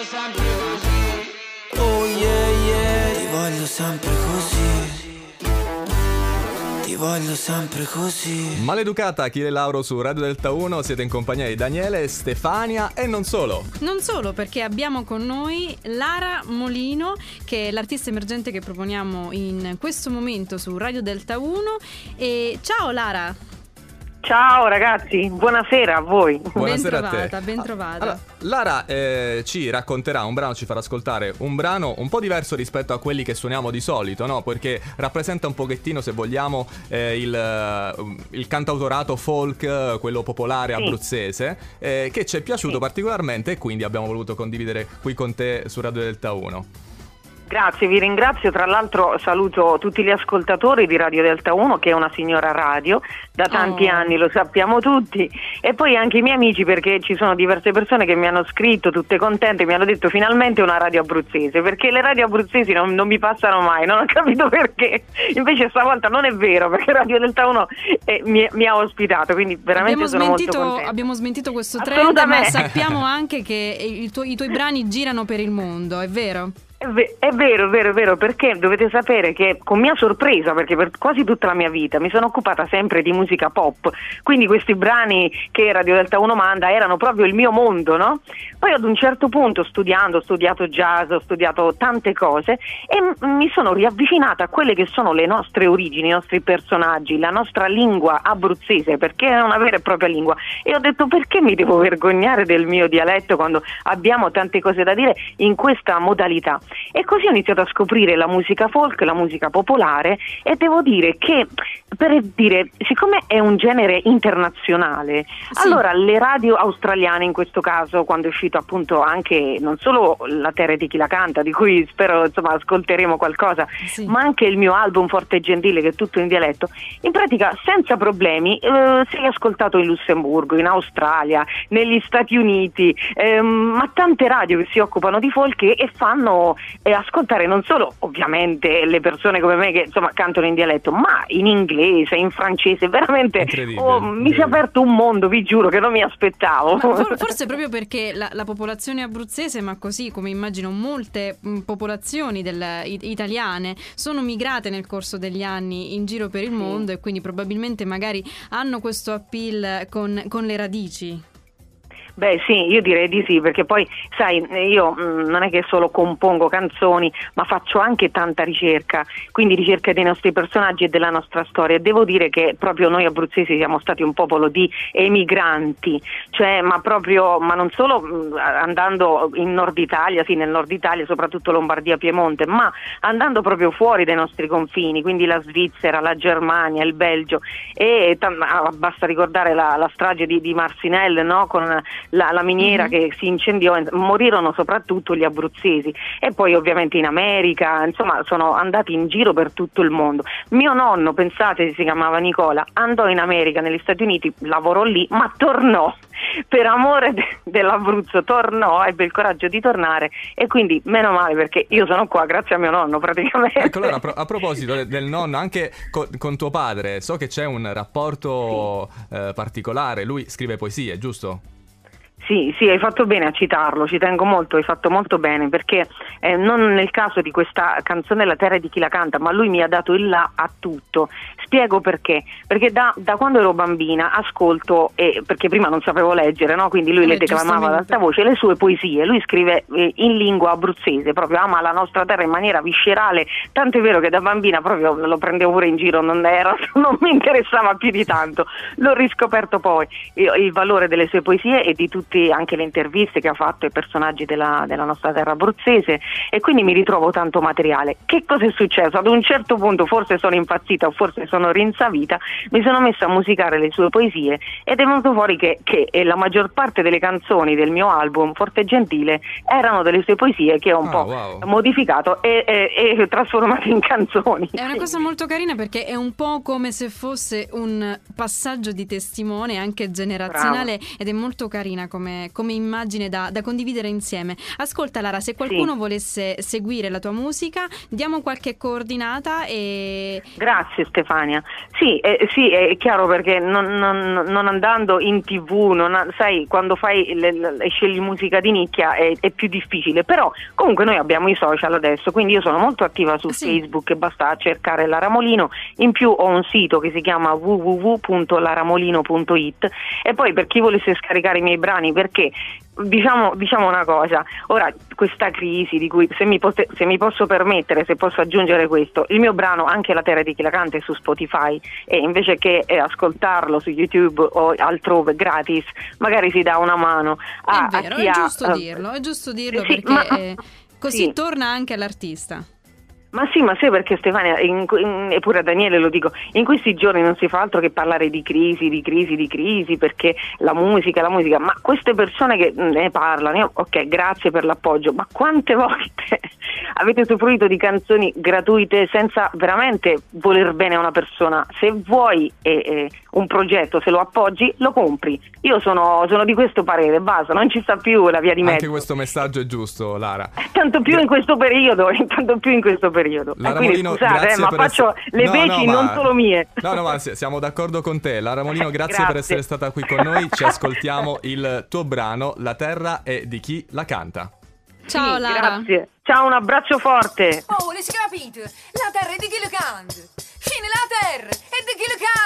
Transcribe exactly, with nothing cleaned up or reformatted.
Oh yeah yeah, ti voglio sempre così. Ti voglio sempre così. Maleducata, Achille Lauro su Radio Delta uno. Siete in compagnia di Daniele, Stefania e non solo. Non solo, perché abbiamo con noi Lara Molino, che è l'artista emergente che proponiamo in questo momento su Radio Delta uno. E ciao Lara. Ciao ragazzi, buonasera a voi. Buonasera ben a te. trovata, ben trovata. Allora, Lara eh, ci racconterà un brano, ci farà ascoltare un brano un po' diverso rispetto a quelli che suoniamo di solito, no? Perché rappresenta un pochettino, se vogliamo, eh, il, il cantautorato folk, quello popolare sì. abruzzese, eh, che ci è piaciuto sì. particolarmente, e quindi abbiamo voluto condividere qui con te su Radio Delta uno. Grazie, vi ringrazio. Tra l'altro saluto tutti gli ascoltatori di Radio Delta uno, che è una signora radio, da tanti oh. anni, lo sappiamo tutti, e poi anche i miei amici, perché ci sono diverse persone che mi hanno scritto, tutte contente, mi hanno detto finalmente una radio abruzzese, perché le radio abruzzesi non, non mi passano mai, non ho capito perché. Invece stavolta non è vero, perché Radio Delta uno eh, mi, mi ha ospitato, quindi veramente abbiamo sono smentito, molto contenta. abbiamo smentito questo trend, ma sappiamo anche che i, tu- i tuoi brani girano per il mondo, è vero? È, ve- è vero, è vero, è vero, perché dovete sapere che, con mia sorpresa, perché per quasi tutta la mia vita mi sono occupata sempre di musica pop, quindi questi brani che Radio Delta uno manda erano proprio il mio mondo, no? Poi ad un certo punto, studiando, ho studiato jazz, ho studiato tante cose e m- mi sono riavvicinata a quelle che sono le nostre origini, i nostri personaggi, la nostra lingua abruzzese, perché è una vera e propria lingua, e ho detto: perché mi devo vergognare del mio dialetto quando abbiamo tante cose da dire in questa modalità? E così ho iniziato a scoprire la musica folk, la musica popolare, e devo dire che, per dire, siccome è un genere internazionale, sì. allora le radio australiane, in questo caso, quando è uscito appunto anche non solo La terra di chi la canta, di cui spero insomma ascolteremo qualcosa, sì. ma anche il mio album Forte e Gentile, che è tutto in dialetto, in pratica senza problemi eh, si è ascoltato in Lussemburgo, in Australia, negli Stati Uniti, ehm, ma tante radio che si occupano di folk e, e fanno e ascoltare non solo ovviamente le persone come me che insomma cantano in dialetto, ma in inglese, in francese, veramente oh, mi si è aperto un mondo, vi giuro, che non mi aspettavo. For- forse proprio perché la, la popolazione abruzzese, ma così come immagino molte mh, popolazioni del, it- italiane, sono migrate nel corso degli anni in giro per il mondo, e quindi probabilmente magari hanno questo appeal con, con le radici. Beh sì, io direi di sì, perché poi sai, io mh, non è che solo compongo canzoni, ma faccio anche tanta ricerca, quindi ricerca dei nostri personaggi e della nostra storia, e devo dire che proprio noi abruzzesi siamo stati un popolo di emigranti, cioè ma proprio, ma non solo mh, andando in Nord Italia, sì nel Nord Italia, soprattutto Lombardia, Piemonte, ma andando proprio fuori dai nostri confini, quindi la Svizzera, la Germania, il Belgio, e t- basta ricordare la, la strage di, di Marcinelle, no? Con La, la miniera mm-hmm. che si incendiò, morirono soprattutto gli abruzzesi, e poi ovviamente in America, insomma sono andati in giro per tutto il mondo. Mio nonno, pensate, si chiamava Nicola, andò in America, negli Stati Uniti, lavorò lì, ma tornò per amore de- dell'Abruzzo, tornò, ebbe il coraggio di tornare, e quindi meno male, perché io sono qua grazie a mio nonno praticamente. Ecco, allora a, pro- a proposito de- del nonno, anche co- con tuo padre, so che c'è un rapporto sì. eh, particolare, lui scrive poesie, giusto? Sì, sì, hai fatto bene a citarlo, ci tengo molto, hai fatto molto bene, perché eh, non nel caso di questa canzone La terra di chi la canta, ma lui mi ha dato il là a tutto. Spiego perché, perché da, da quando ero bambina ascolto, eh, perché prima non sapevo leggere, no? Quindi lui eh, le declamava ad alta voce le sue poesie, lui scrive eh, in lingua abruzzese, proprio ama la nostra terra in maniera viscerale, tanto è vero che da bambina proprio lo prendevo pure in giro, non, era, non mi interessava più di tanto, l'ho riscoperto poi, il, il valore delle sue poesie e di tutti anche le interviste che ha fatto ai personaggi della, della nostra terra abruzzese, e quindi mi ritrovo tanto materiale. Che cosa è successo? Ad un certo punto, forse sono impazzita o forse sono rinsavita, mi sono messa a musicare le sue poesie, ed è venuto fuori che, che la maggior parte delle canzoni del mio album Forte e Gentile erano delle sue poesie che ho un oh, po' wow. modificato e, e, e trasformato in canzoni. È una cosa molto carina, perché è un po' come se fosse un passaggio di testimone anche generazionale. Bravo. Ed è molto carina come come, come immagine da, da condividere insieme. Ascolta Lara, se qualcuno sì. volesse seguire la tua musica, diamo qualche coordinata e... Grazie Stefania. Sì, eh, sì, è chiaro, perché non, non, non andando in tv, non ha, sai, quando fai le, le, scegli musica di nicchia è, è più difficile, però comunque noi abbiamo i social adesso, quindi io sono molto attiva su sì. Facebook, basta cercare Lara Molino. In più ho un sito che si chiama w w w punto laramolino punto i t, e poi per chi volesse scaricare i miei brani, perché diciamo, diciamo una cosa, ora questa crisi di cui, se mi, posso, se mi posso permettere, se posso aggiungere questo, il mio brano Anche la terra di chi la canta è su Spotify, e invece che eh, ascoltarlo su YouTube o altrove gratis, magari si dà una mano a, è vero, a chi è ha, giusto uh, dirlo, è giusto dirlo sì, perché ma, eh, così sì. torna anche all'artista. Ma sì, ma sai perché Stefania, in, in, e pure a Daniele lo dico, in questi giorni non si fa altro che parlare di crisi, di crisi, di crisi, perché la musica, la musica, ma queste persone che ne parlano, io, ok, grazie per l'appoggio, ma quante volte avete usufruito di canzoni gratuite senza veramente voler bene a una persona? Se vuoi eh, eh, un progetto, se lo appoggi, lo compri. Io sono, sono di questo parere, basta, non ci sta più la via di mezzo. Anche questo messaggio è giusto, Lara. Tanto più in questo periodo, tanto più in questo periodo. Lara Quindi Molino, scusate, eh, ma per faccio essere... le no, veci no, non ma... solo mie. No, no, ma siamo d'accordo con te. Lara Molino, grazie, Grazie. per essere stata qui con noi. Ci ascoltiamo il tuo brano, La terra è di chi la canta. Ciao Sì, Lara. grazie. Ciao, un abbraccio forte. Oh, l'hai capito? La terra è di chi lo canta. Scende la terra è di chi lo canta.